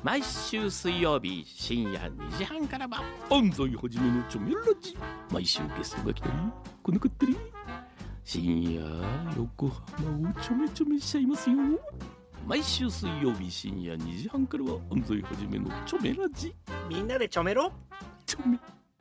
毎週水曜日深夜2時半からは安西はじめのチョメラジ。毎週ゲストが来たり来なかったり、深夜横浜をちょめちょめしちゃいますよ。毎週水曜日深夜2時半からは安西はじめのチョメラジ。 みんなでちょめろ。 チョメ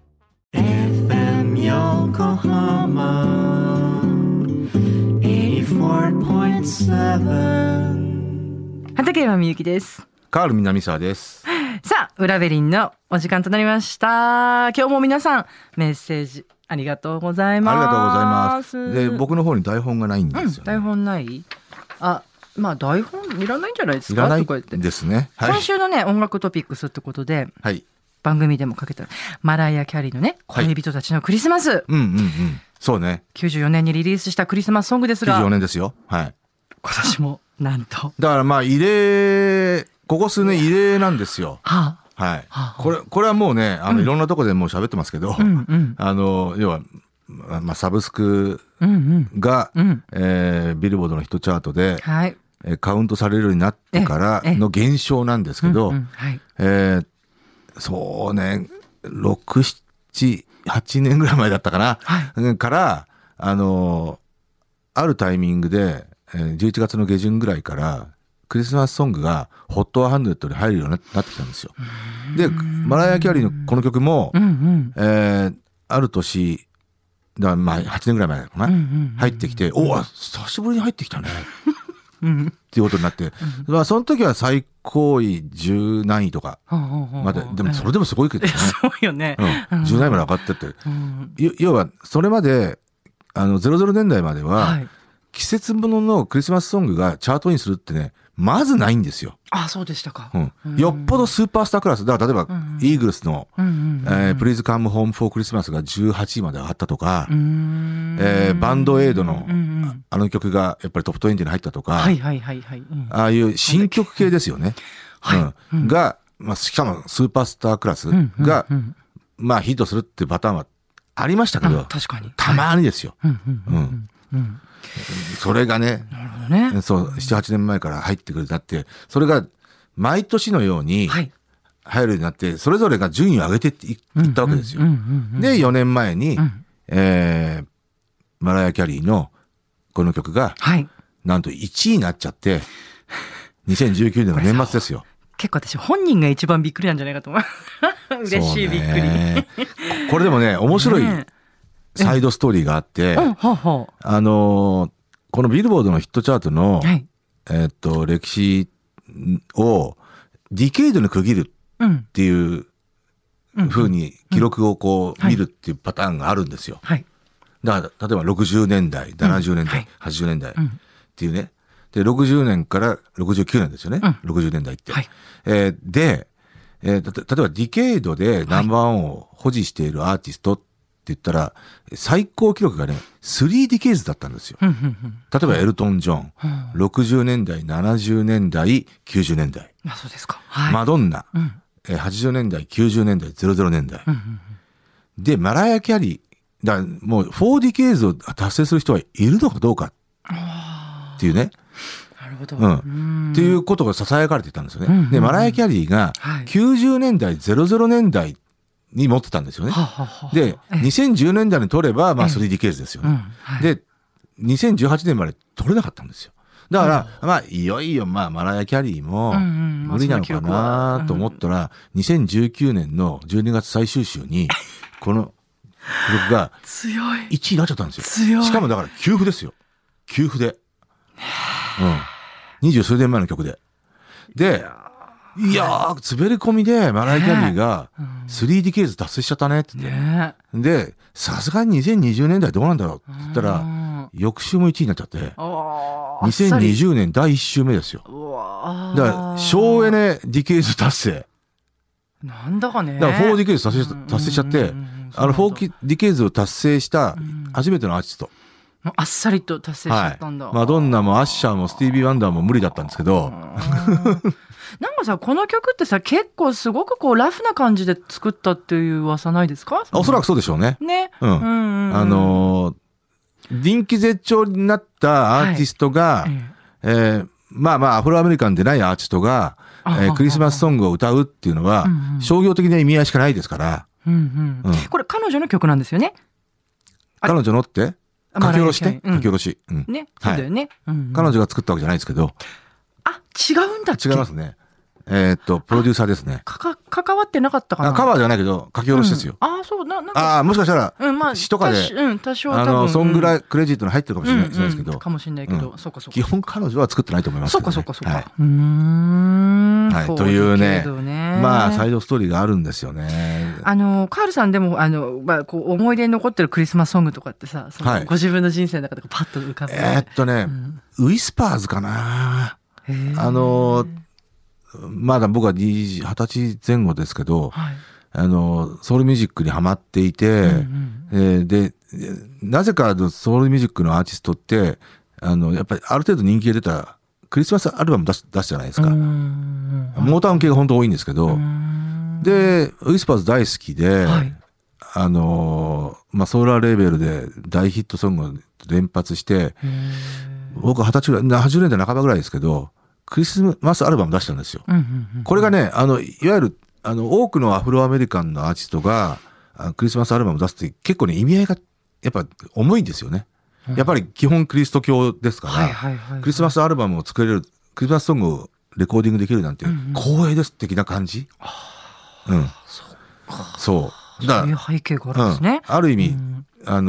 FM 横浜 84.7 畠山みゆきです。 カール南沢です。 さあ、裏ベリンのお時間となりました。今日も皆さんメッセージありがとうございます。 ありがとうございます。で、僕の方に台本がないんですよね。 台本ない？まあ台本いらないんじゃないですか。 いらないですね。はい、 今週のね音楽トピックスってことで、はい、番組でもかけたマライア・キャリーのね恋人たちのクリスマス。 はい、そうね。 94年にリリースしたクリスマスソングですが。 94年ですよ。はい。 今年もなんと。 だからまあ異例。ここ数年異例なんですよ。はい。これはもうね、いろんなとこでもう喋ってますけど、要は、まあ、サブスクが、ビルボードのヒットチャートで、カウントされるようになってからの現象なんですけど、そうね、6、7、8年ぐらい前だったかな、から、あるタイミングで、11月の下旬ぐらいから、クリスマスソングが HOT100 に入るようになってきたんですよ。で、マライア・キャリーのこの曲も、ある年、まあ8年ぐらい前かな、入ってきて、お、久しぶりに入ってきたね。っていうことになって、まあその時は最高位10何位とか、まで、でもそれでもすごいけどね。 そうよね。 10何位まで上がってって。要は、それまで、00年代までは、季節物のクリスマスソングがチャートインするってね、まずないんですよ。 あ、そうでしたか。 よっぽどスーパースタークラス。だから例えば、イーグルスの、Please Come Home for Christmas が18位まで上がったとか、バンドエイドの、あの曲がやっぱりトップ20に入ったとか、ああいう新曲系ですよね。が、まあ、しかもスーパースタークラスが、まあヒットするっていうパターンはありましたけど、 確かに。 たまにですよ。それがね、そう、7、8年前から入ってくる。だって、それが毎年のように入るようになって、それぞれが順位を上げていったわけですよ。で、4年前に、マライア・キャリーのこの曲が、なんと1位になっちゃって、2019年の年末ですよ。 結構私本人が一番びっくりなんじゃないかと思う。嬉しいびっくり。 これでもね、面白い。サイドストーリーがあって、このビルボードのヒットチャートの、歴史をディケイドに区切るっていう風に記録をこう見るっていうパターンがあるんですよ。だから、例えば60年代、70年代、80年代っていうね。で、60年から69年ですよね。60年代って。で、例えばディケイドでナンバーワンを保持しているアーティストって言ったら、最高記録がね、3ディケイズだったんですよ。例えばエルトン・ジョン、60年代、70年代、90年代。 そうですか。 マドンナ、80年代、90年代、00年代。で、マライア・キャリー、だからもう4ディケイズを達成する人はいるのかどうかっていうね。 なるほど。 っていうことが囁かれていたんですよね。で、マライア・キャリーが90年代、00年代、に持ってたんですよね。で、2010年代に取れば、まあ 3D ケースですよね。で、2018年まで取れなかったんですよ。だから、まあ、いよいよ、まあ、マライア・キャリーも、無理なのかなと思ったら、2019年の12月最終週に、この曲が、1位になっちゃったんですよ。しかもだから、給付ですよ。給付で。20数年前の曲で。で、いやー、滑り込みでマライア・キャリーが 3D ケース達成しちゃったねって言って。で、さすがに2020年代どうなんだろうって言ったら、翌週も1位になっちゃって、2020年第1週目ですよ。だから、省エネディケース達成。 なんだかね。 だから4ディケース達成しちゃって、4ディケースを達成した初めてのアーティスト。 あっさりと達成しちゃったんだ。 マドンナもアッシャーもスティービー・ワンダーも無理だったんですけど、 なんかさ、この曲ってさ、結構すごくこうラフな感じで作ったっていう噂ないですか？ おそらくそうでしょうね。 ね。 人気絶頂になったアーティストが、まあまあアフロアメリカンでないアーティストが、 クリスマスソングを歌うっていうのは、商業的な意味合いしかないですから。 これ彼女の曲なんですよね。 彼女のって書き下ろしね。書き下ろし。 ね。そうだよね。 彼女が作ったわけじゃないですけど。 あ、違うんだっけ？ 違いますね。プロデューサーですね。 関わってなかったかな。 カバーじゃないけど、書き下ろしですよ。 そう、なんか。 もしかしたら、詩とかで、 多少多分。 ソングクレジットに入ってるかもしれないですけど。 かもしれないけど、そうか。 基本彼女は作ってないと思います。 そうか。 はい。というね、サイドストーリーがあるんですよね。 カールさんでも、こう、思い出に残ってるクリスマスソングとかってさ、ご自分の人生の中でパッと浮かぶ。 ウィスパーズかな。まだ僕は20歳前後ですけど、ソウルミュージックにハマっていて、で、なぜかソウルミュージックのアーティストって、やっぱりある程度人気が出たクリスマスアルバム出すじゃないですか。モータウン系が本当多いんですけど、で、ウィスパーズ大好きで、ソーラーレーベルで大ヒットソングを連発して、僕は80年代半ばぐらいですけど、クリスマスアルバム出したんですよ。これがね、いわゆる、多くのアフロアメリカンのアーティストが、クリスマスアルバムを出すって結構ね、意味合いが、やっぱ重いんですよね。やっぱり基本キリスト教ですから、クリスマスアルバムを作れる、クリスマスソングをレコーディングできるなんて、光栄です的な感じ。そう。 そういう背景があるんですね。 ある意味、ア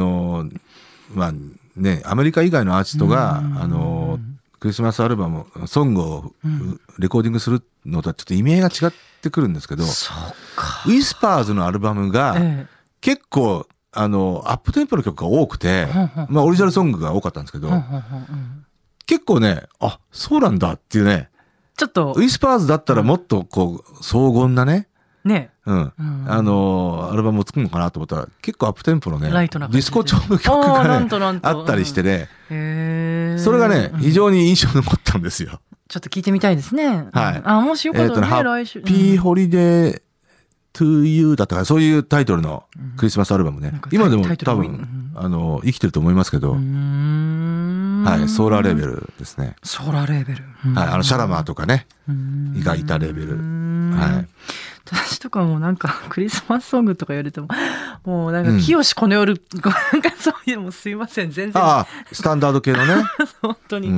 メリカ以外のアーティストが、クリスマスアルバム、ソングをレコーディングするのとはちょっと意味合いが違ってくるんですけど、ウィスパーズのアルバムが結構、アップテンポの曲が多くて、オリジナルソングが多かったんですけど、結構ね、そうなんだっていうね、 ちょっと、 ウィスパーズだったらもっとこう、荘厳なね、アルバムを作るのかなと思ったら、結構アップテンポのね、ディスコ調の曲がね、あったりしてね、それがね、非常に印象に残ったんですよ。 ちょっと聞いてみたいですね。もしよかったらね、来週。 ハッピーホリデートゥーユーだったから、そういうタイトルのクリスマスアルバムね。今でも多分、生きてると思いますけど、ソーラーレーベルですね。 ソーラーレーベル。 シャラマーとかね、がいたレーベル。 私とかもなんかクリスマスソングとか言われても、もうなんか清この夜、なんかそういうのもすいません、全然。 スタンダード系のね。 本当に。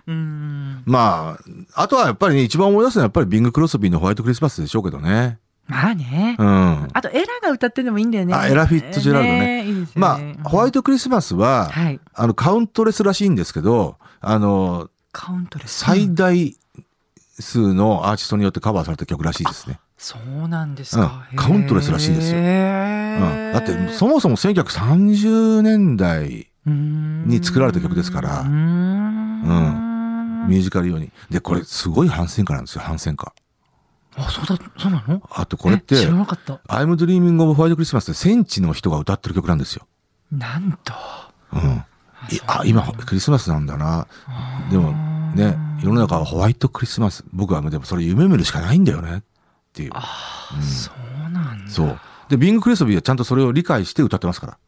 あとはやっぱりね、一番思い出すのはやっぱりビング・クロスビーのホワイトクリスマスでしょうけどね。 まあね。あとエラが歌ってるのもいいんだよね。 エラ・フィッツジェラルドね。 いいですよね。 ホワイトクリスマスは、カウントレスらしいんですけど、 カウントレス。 最大数のアーティストによってカバーされた曲らしいですね。 そうなんですか。 カウントレスらしいですよ。だってそもそも1930年代に作られた曲ですから、ミュージカル用に。で、これすごい反戦歌なんですよ、反戦歌。 そうなの？ あとこれって、 知らなかった。 I'm Dreaming of White Christmas でセンチの人が歌ってる曲なんですよ。 なんと。 今クリスマスなんだな。でもね、世の中はホワイトクリスマス。僕はでもそれ夢見るしかないんだよねっていう。 そうなんだ。 そう。で、ビング・クリスビーはちゃんとそれを理解して歌ってますから。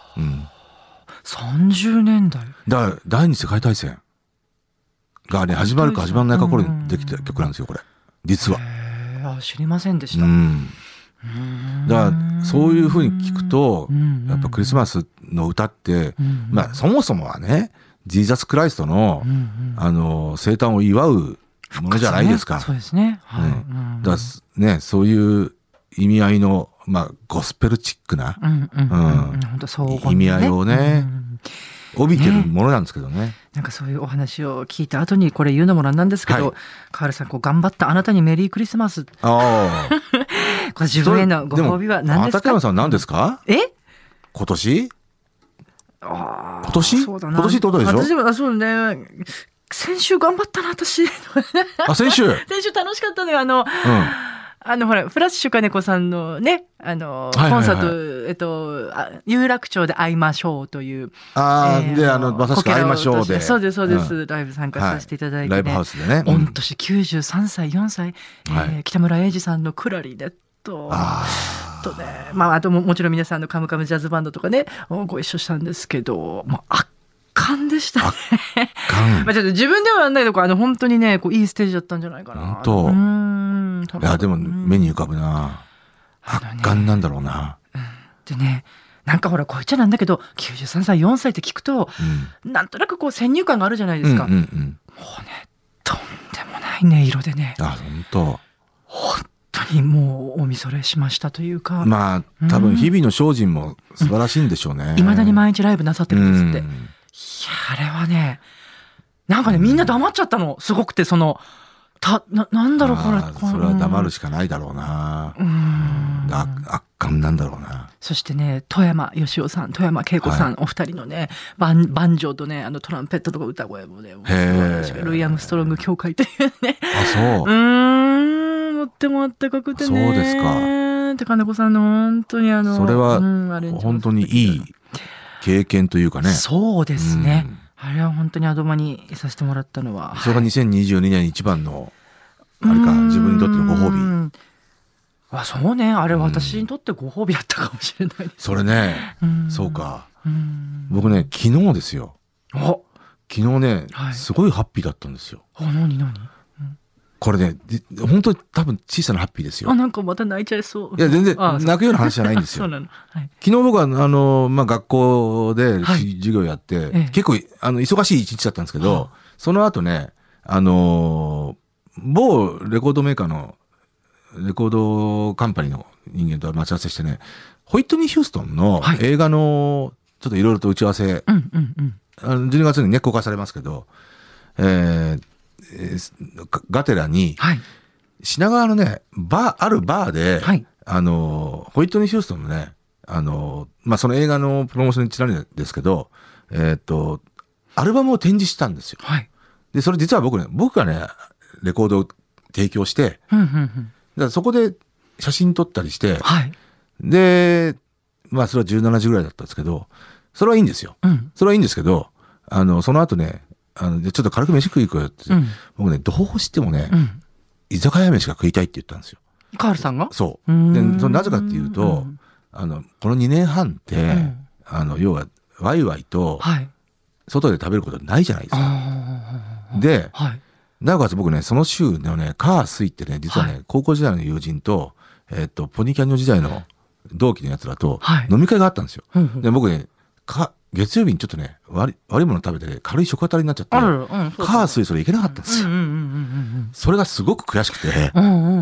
30年代。 だから第二次世界大戦がね、始まるか始まらないか頃にできた曲なんですよ、これ。実は。 知りませんでした。 だからそういう風に聞くと、やっぱクリスマスの歌って、そもそもはね、ジーザス・クライストの、生誕を祝うものじゃないですか。 そうですね。 だからね、そういう意味合いの、ゴスペルチックな、意味合いをね、帯びてるものなんですけどね。 なんかそういうお話を聞いた後にこれ言うのもなんなんですけど、カールさん、頑張ったあなたにメリークリスマス。これ自分へのご褒美は何ですか？ 畠山さん何ですか？今年？今年ってことでしょ？ 私も、そうね。先週頑張ったな、私。 先週楽しかったのよ。ほら、フラッシュ金子さんのね、コンサート、有楽町で会いましょうという。 まさしく会いましょうで。 そうです。ライブ参加させていただいて。 ライブハウスでね。 御年93歳、4歳、北村英治さんのクラリネットとね、あともちろん皆さんのカムカムジャズバンドとかね、ご一緒したんですけど、もう圧巻ででしたね。 まあちょっと自分ではなんないけど、本当にね、いいステージだったんじゃないかな。 本当。いや、でも目に浮かぶな。圧巻なんだろうな。 でね、なんかほら、こいつなんだけど、93歳、4歳って聞くと、なんとなくこう先入観があるじゃないですか。もうね、とんでもない音色でね。 あ、本当。 本当にもうお見それしましたというか。 まあ、多分日々の精進も素晴らしいんでしょうね。 未だに毎日ライブなさってるんですって。いや、あれはね、なんかね、みんな黙っちゃったの。すごくて、なんだろう、これ。 それは黙るしかないだろうな。圧巻なんだろうな。 そしてね、富山義雄さん、富山恵子さん、お二人のね、バンジョーとね、トランペットとか歌声もね、ルイ・アームストロング協会というね。 あ、そう。 とってもあったかくてね。 そうですか。 で、金子さんの本当にそれは、本当にいい経験というかね。 そうですね。あれは本当にアドマにいさせてもらったのは。 それが2022年一番の、あれか、自分にとってのご褒美。 あ、そうね。あれ私にとってご褒美だったかもしれないです。 それね、そうか。僕ね、昨日ですよ。昨日ね、すごいハッピーだったんですよ。 何これね、本当に多分小さなハッピーですよ。 なんかまた泣いちゃいそう。 いや、全然泣くような話じゃないんですよ。昨日僕は、学校で授業やって、結構、忙しい一日だったんですけど、その後ね、某レコードメーカーの、レコードカンパニーの人間と待ち合わせしてね、ホイットニー・ヒューストンの映画の、ちょっといろいろと打ち合わせ、12月にね、公開されますけど、ガテラに、品川のね、あるバーで、ホイットニー・ヒューストンのね、その映画のプロモーションにちなみにですけど、アルバムを展示したんですよ。で、それ実は僕がね、レコードを提供して、だからそこで写真撮ったりして、で、それは17時ぐらいだったんですけど、それはいいんですよ。それはいいんですけど、その後ね、ちょっと軽く飯食い行こうよって、僕ね、どうしてもね、居酒屋飯が食いたいって言ったんですよ。 カールさんが？ そう。で、なぜかっていうと、この2年半って、要は、ワイワイと、外で食べることないじゃないですか。で、なおかつ僕ね、その週のね、火水ってね、実はね、高校時代の友人と、ポニーキャニオン時代の同期のやつらと飲み会があったんですよ。で、僕ね、月曜日にちょっとね、悪いもの食べて、軽い食当たりになっちゃって、火水それいけなかったんですよ。それがすごく悔しくて、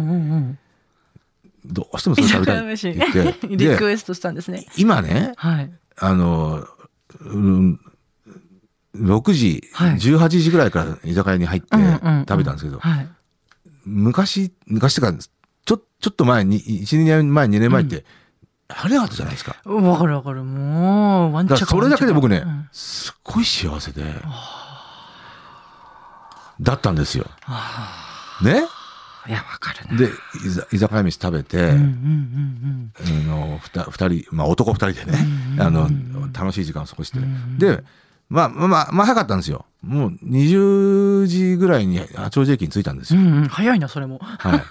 どうしてもそれ食べたいって言って、 リクエストしたんですね。 今ね、6時、18時ぐらいから居酒屋に入って食べたんですけど、昔ってか、ちょっと前に、1、2年前、2年前って、あれなかったじゃないですか。 わかる。もう、ワンチャン。 それだけで僕ね、すっごい幸せで、だったんですよ。ね？ いや、わかるな。 で、居酒屋飯食べて、二人、男二人でね、楽しい時間を過ごして。で、早かったんですよ。もう20時ぐらいに八王子駅に着いたんですよ。 早いな、それも。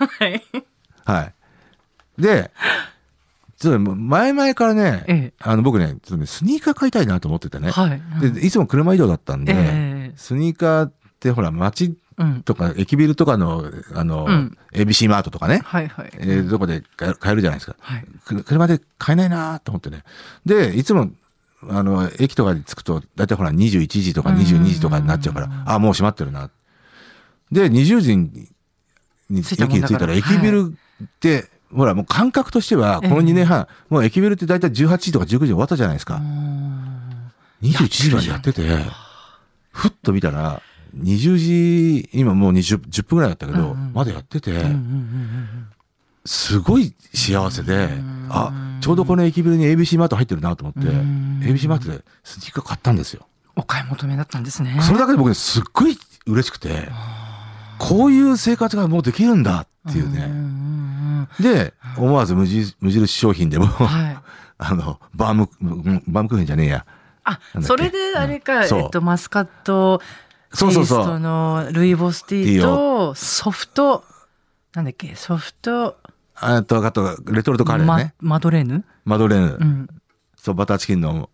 で、ちょっと前々からね、僕ね、ちょっとね、スニーカー買いたいなと思っててね。で、いつも車移動だったんで、スニーカーってほら、街とか、駅ビルとかの、ABC マートとかね、どこで買えるじゃないですか。車で買えないなと思ってね。で、いつも、駅とかに着くと、だいたいほら21時とか22時とかになっちゃうから、もう閉まってるな。で、20時に駅に着いたら、駅ビルって、ほらもう感覚としては、この2年半、もう駅ビルってだいたい18時とか19時に終わったじゃないですか。21時までやってて、ふっと見たら、20時、今もう10分ぐらいだったけど、まだやってて、すごい幸せで、ちょうどこの駅ビルに ABC マート入ってるなと思って、ABC マートでスニーカー買ったんですよ。 お買い求めだったんですね。 それだけで僕ね、すっごい嬉しくて、こういう生活がもうできるんだっていうね。で、思わず無印商品でも、バームクーヘンじゃねえや。 それであれか、マスカットテイストのルイボスティーと、ソフト、なんだっけ、 あと、レトルトカレーね。 マドレーヌ。 そう、バターチキンの、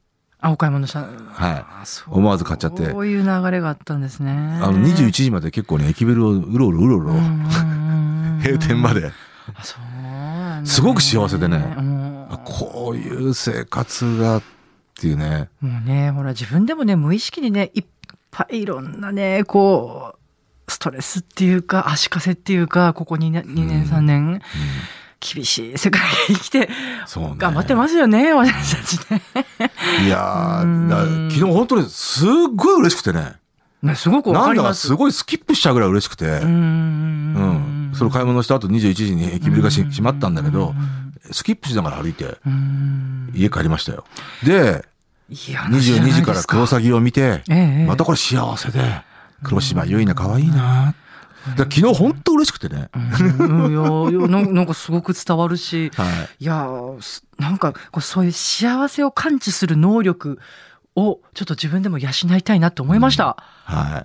お買い物した。 はい。思わず買っちゃって。 そういう流れがあったんですね。 21時まで結構ね、駅ビルをうろうろ閉店まで。 そうなんだ、 すごく幸せでね、こういう生活がっていうね。 もうね、ほら自分でもね、無意識にね、いっぱいいろんなね、こう、ストレスっていうか、足かせっていうか、ここ2年、3年、厳しい世界に生きて、頑張ってますよね、私たちね。 いやー、昨日本当にすっごい嬉しくてね。 すごくわかります。 なんだかすごいスキップしちゃうぐらい嬉しくて。それ買い物した後21時に駅ビルが閉まったんだけど、スキップしながら歩いて、家帰りましたよ。で、22時からクロサギを見て、またこれ幸せで、黒島結菜可愛いな。昨日本当嬉しくてね。 なんかすごく伝わるし、いや、なんかそういう幸せを感知する能力をちょっと自分でも養いたいなと思いました。 はい。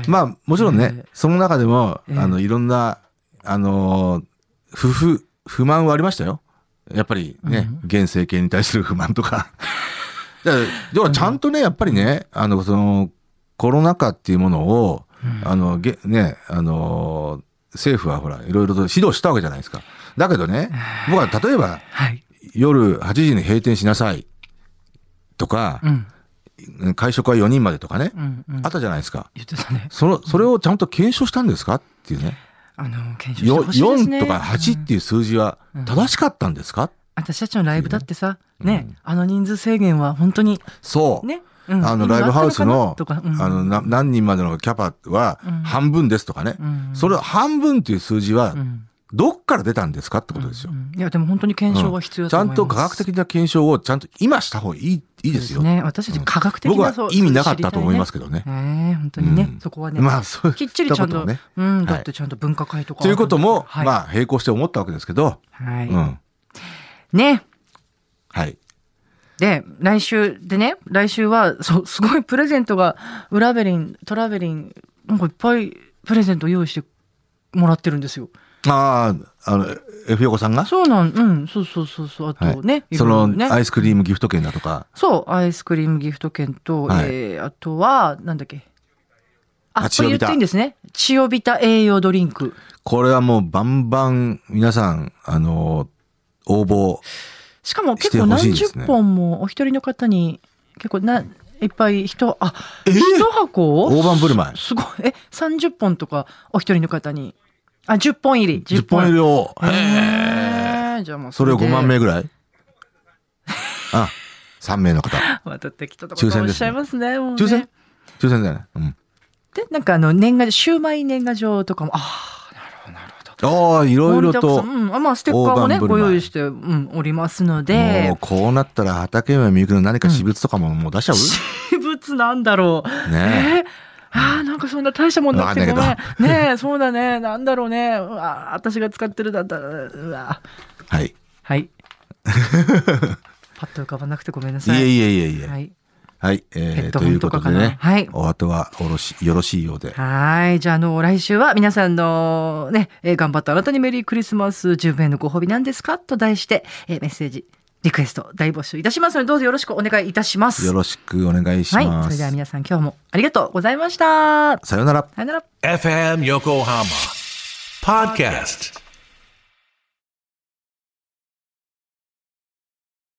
まあもちろんね、その中でもいろんな不満はありましたよ。やっぱりね、現政権に対する不満とか。要はちゃんとね、やっぱりね、そのコロナ禍っていうものを政府はほらいろいろと指導したわけじゃないですか。だけどね、僕は例えば、夜8時に閉店しなさいとか、会食は4人までとかね、あったじゃないですか。 言ってたね。 それをちゃんと検証したんですかっていうね。 検証してほしいですね。 4とか8っていう数字は正しかったんですか、 私たちのライブだってさ、ね、人数制限は本当に。 そう。 ね。 ライブハウスの、何人までのキャパは半分ですとかね。それ半分っていう数字は、どっから出たんですかってことですよ。 いや、でも本当に検証は必要だと思います。 ちゃんと科学的な検証をちゃんと今した方がいいですよ。 ね、私たち科学的な、 僕は意味なかったと思いますけどね。 本当にね、そこはね。 まあ、そうきっちりちゃんと、だってちゃんと分科会とか。 ということも、まあ、並行して思ったわけですけど。 ね。 はい。 で、来週は、すごいプレゼントが、トラベリン、なんかいっぱいプレゼント用意してもらってるんですよ。 F 横さんがそうそう。あとね。 その、アイスクリームギフト券だとか。 そう、アイスクリームギフト券と、あとは、なんだっけ。これ言っていいんですね。チオビタ栄養ドリンク。 これはもうバンバン皆さん、応募。 しかも結構何十本もお一人の方に結構いっぱい一箱大盤振る舞い。 すごい。30本とかお一人の方に。10本入り。 10本入りを。 じゃあもうそれを5万名ぐらい3名の方。 また適当なことおっしゃいますね。 抽選だよね。 で、なんかシウマイ年賀状とかも、なるほど。 いろいろと。 ステッカーもね、ご用意して、おりますので。 もう、こうなったら、畠山みゆきの何か私物とかももう出しちゃう？ 私物なんだろう。ねなんかそんな大したもんなくてごめん。ねそうだね。なんだろうね。私が使ってるだったら、 はい。 パッと浮かばなくてごめんなさい。 いえ。はい。ということでね。お後はよろしいようで。 じゃあ、来週は皆さんのね、頑張ったあなたにメリークリスマス、10名のご褒美なんですかと題して、メッセージ、リクエスト、大募集いたしますので、どうぞよろしくお願いいたします。 よろしくお願いします。 それでは皆さん今日もありがとうございました。 さよなら。 FM Yokohama Podcast